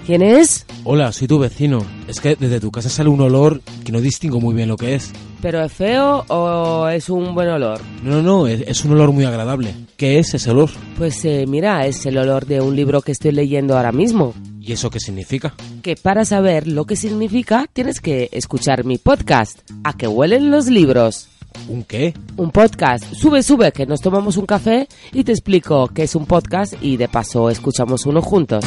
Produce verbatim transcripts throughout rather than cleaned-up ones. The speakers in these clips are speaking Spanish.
¿Quién es? Hola, soy tu vecino. Es que desde tu casa sale un olor que no distingo muy bien lo que es. ¿Pero es feo o es un buen olor? No, no, no, es, es un olor muy agradable. ¿Qué es ese olor? Pues eh, mira, es el olor de un libro que estoy leyendo ahora mismo. ¿Y eso qué significa? Que para saber lo que significa tienes que escuchar mi podcast, ¿A qué huelen los libros? ¿Un qué? Un podcast. Sube, sube, que nos tomamos un café y te explico qué es un podcast y de paso escuchamos uno juntos.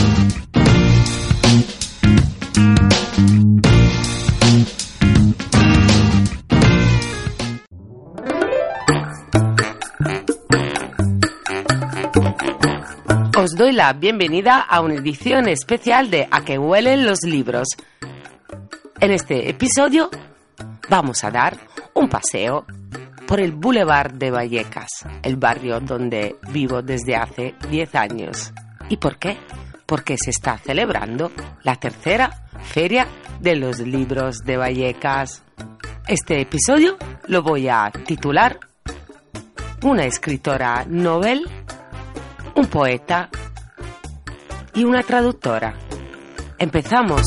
Os doy la bienvenida a una edición especial de A qué huelen los libros. En este episodio vamos a dar un paseo por el Boulevard de Vallecas, el barrio donde vivo desde hace diez años. ¿Y por qué? Porque se está celebrando la tercera Feria de los Libros de Vallecas. Este episodio lo voy a titular Una escritora novel, un poeta y una traductora. Empezamos.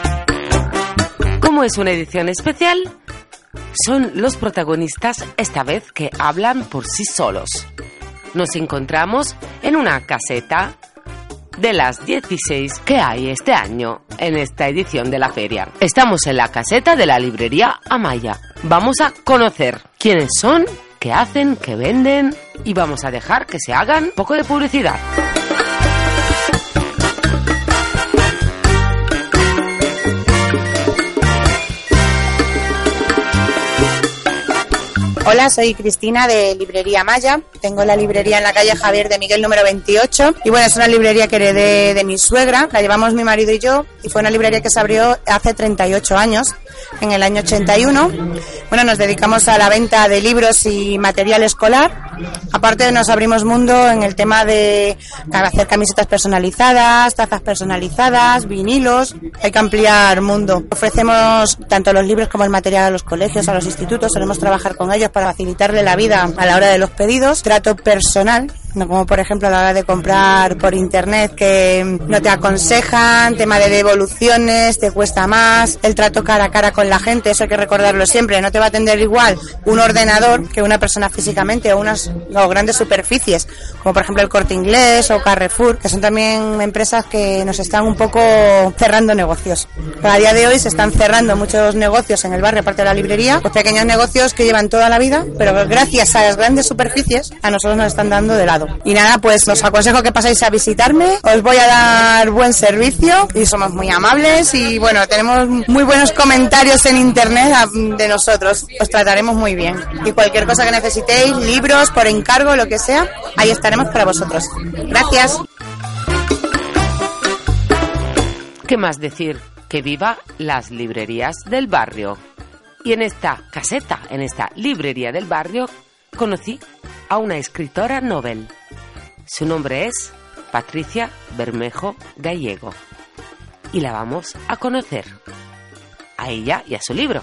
Como es una edición especial, son los protagonistas esta vez que hablan por sí solos. Nos encontramos en una caseta de las dieciséis que hay este año en esta edición de la feria. Estamos en la caseta de la librería Amaya. Vamos a conocer quiénes son, qué hacen, qué venden y vamos a dejar que se hagan un poco de publicidad. Hola, soy Cristina de Librería Amaya. Tengo la librería en la calle Javier de Miguel número veintiocho. Y bueno, es una librería que heredé de mi suegra. La llevamos mi marido y yo. Y fue una librería que se abrió hace treinta y ocho años, en el año ochenta y uno. Bueno, nos dedicamos a la venta de libros y material escolar. Aparte nos abrimos mundo en el tema de hacer camisetas personalizadas, tazas personalizadas, vinilos. Hay que ampliar mundo. Ofrecemos tanto los libros como el material a los colegios, a los institutos. Solemos trabajar con ellos para facilitarle la vida a la hora de los pedidos. Trato personal, no como por ejemplo a la hora de comprar por internet, que no te aconsejan, tema de devoluciones, te cuesta más, el trato cara a cara con la gente, eso hay que recordarlo siempre. No te va a atender igual un ordenador que una persona físicamente, o unas o grandes superficies, como por ejemplo el Corte Inglés o Carrefour, que son también empresas que nos están un poco cerrando negocios. A día de hoy se están cerrando muchos negocios en el barrio, aparte de la librería, pues pequeños negocios que llevan toda la vida, pero gracias a las grandes superficies a nosotros nos están dando de lado. Y nada, pues os aconsejo que paséis a visitarme, os voy a dar buen servicio y somos muy amables y bueno, tenemos muy buenos comentarios en internet de nosotros, os trataremos muy bien. Y cualquier cosa que necesitéis, libros, por encargo, lo que sea, ahí estaremos para vosotros. Gracias. ¿Qué más decir? Que viva las librerías del barrio. Y en esta caseta, en esta librería del barrio, conocí a una escritora novel. Su nombre es Patricia Bermejo Gallego. Y la vamos a conocer. A ella y a su libro.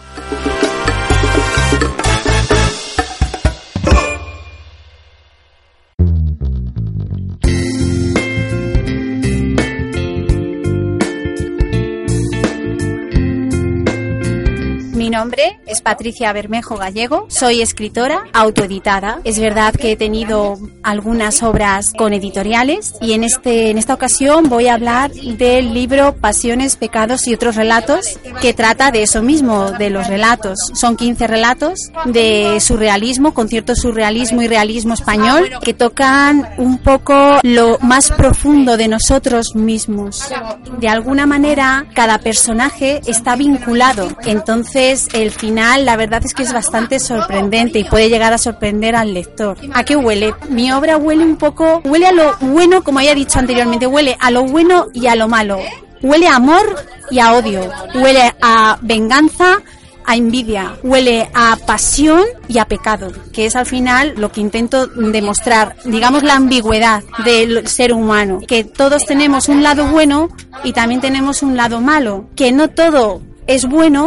Mi nombre es Patricia Bermejo Gallego, soy escritora autoeditada. Es verdad que he tenido algunas obras con editoriales y en, este, en esta ocasión voy a hablar del libro Pasiones, Pecados y otros relatos, que trata de eso mismo, de los relatos. Son quince relatos de surrealismo, con cierto surrealismo y realismo español, que tocan un poco lo más profundo de nosotros mismos. De alguna manera, cada personaje está vinculado, entonces el final la verdad es que es bastante sorprendente y puede llegar a sorprender al lector. ¿A qué huele? Mi obra huele un poco, huele a lo bueno, como ya he dicho anteriormente, huele a lo bueno y a lo malo. Huele a amor y a odio, huele a venganza, a envidia, huele a pasión y a pecado, que es al final lo que intento demostrar, digamos, la ambigüedad del ser humano, que todos tenemos un lado bueno y también tenemos un lado malo, que no todo es bueno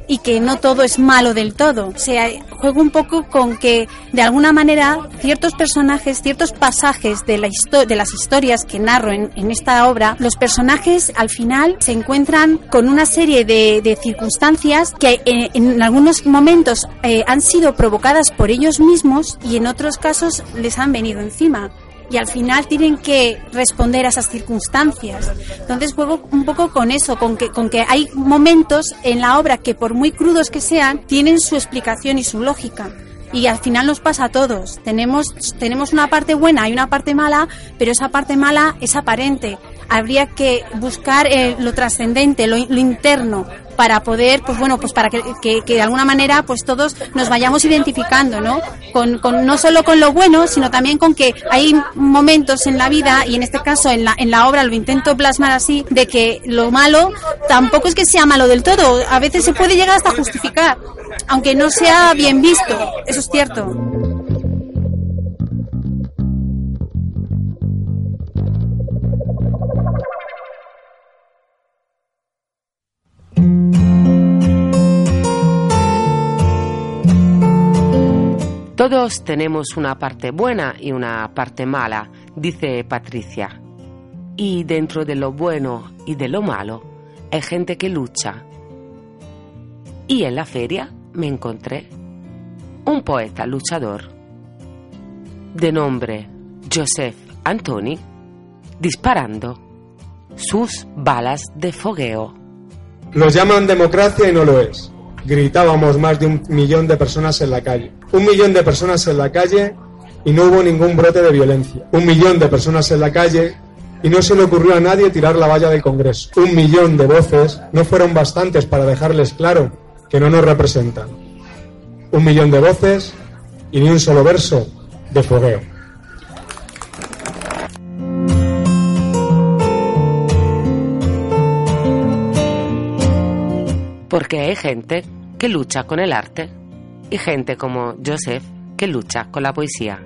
y que no todo es malo del todo. O sea, juego un poco con que, de alguna manera, ciertos personajes, ciertos pasajes de, la histo- de las historias que narro en, en esta obra, los personajes al final se encuentran con una serie de, de circunstancias que en, en algunos momentos eh, han sido provocadas por ellos mismos y en otros casos les han venido encima. Y al final tienen que responder a esas circunstancias. Entonces juego un poco con eso, con que, con que hay momentos en la obra que por muy crudos que sean, tienen su explicación y su lógica. Y al final nos pasa a todos. Tenemos, tenemos una parte buena y una parte mala, pero esa parte mala es aparente. Habría que buscar eh, lo trascendente, lo, lo interno, para poder, pues bueno, pues para que, que, que de alguna manera pues todos nos vayamos identificando, ¿no? Con, con, no solo con lo bueno, sino también con que hay momentos en la vida, y en este caso en la, en la obra lo intento plasmar así, de que lo malo tampoco es que sea malo del todo, a veces se puede llegar hasta justificar, aunque no sea bien visto, eso es cierto. Todos tenemos una parte buena y una parte mala, dice Patricia. Y dentro de lo bueno y de lo malo hay gente que lucha. Y en la feria me encontré un poeta luchador de nombre Joseph Antoni disparando sus balas de fogueo. Lo llaman democracia y no lo es. Gritábamos más de un millón de personas en la calle. Un millón de personas en la calle y no hubo ningún brote de violencia. Un millón de personas en la calle y no se le ocurrió a nadie tirar la valla del Congreso. Un millón de voces no fueron bastantes para dejarles claro que no nos representan. Un millón de voces y ni un solo verso de fogueo. Porque hay gente que lucha con el arte y gente como Joseph que lucha con la poesía.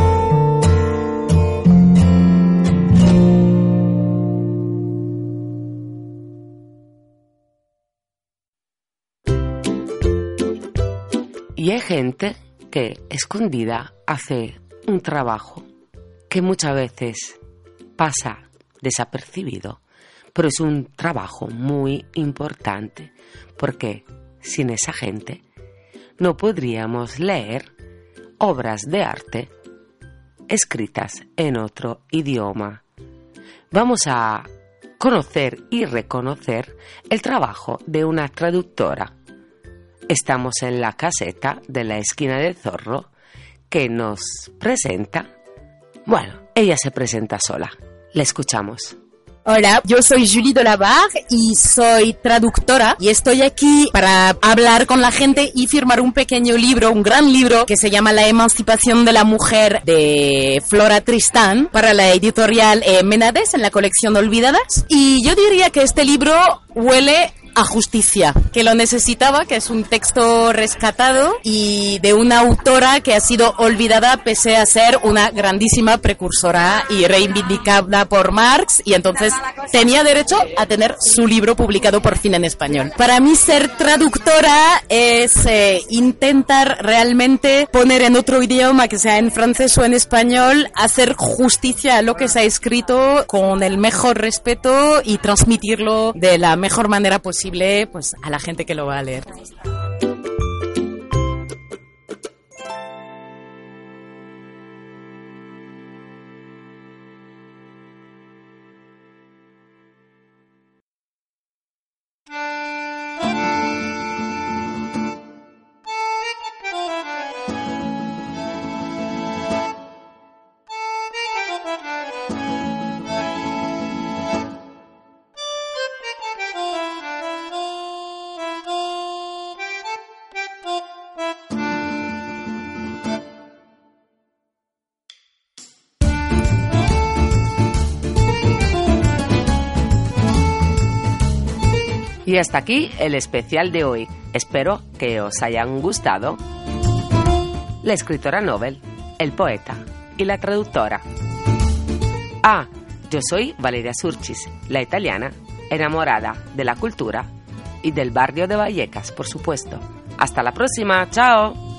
Y hay gente que, escondida, hace un trabajo que muchas veces pasa desapercibido, pero es un trabajo muy importante, porque sin esa gente no podríamos leer obras de arte escritas en otro idioma. Vamos a conocer y reconocer el trabajo de una traductora. Estamos en la caseta de la esquina del Zorro, que nos presenta... Bueno, ella se presenta sola. La escuchamos. Hola, yo soy Julie Delabarre y soy traductora y estoy aquí para hablar con la gente y firmar un pequeño libro, un gran libro que se llama La emancipación de la mujer de Flora Tristán para la editorial eh, Menades en la colección Olvidadas. Y yo diría que este libro huele a justicia, que lo necesitaba, que es un texto rescatado y de una autora que ha sido olvidada pese a ser una grandísima precursora y reivindicada por Marx, y entonces tenía derecho a tener su libro publicado por fin en español. Para mí ser traductora es eh, intentar realmente poner en otro idioma, que sea en francés o en español, hacer justicia a lo que se ha escrito con el mejor respeto y transmitirlo de la mejor manera posible pues a la gente que lo va a leer. Y hasta aquí el especial de hoy. Espero que os hayan gustado. La escritora Nobel, el poeta y la traductora. Ah, yo soy Valeria Surchis, la italiana enamorada de la cultura y del barrio de Vallecas, por supuesto. Hasta la próxima, chao.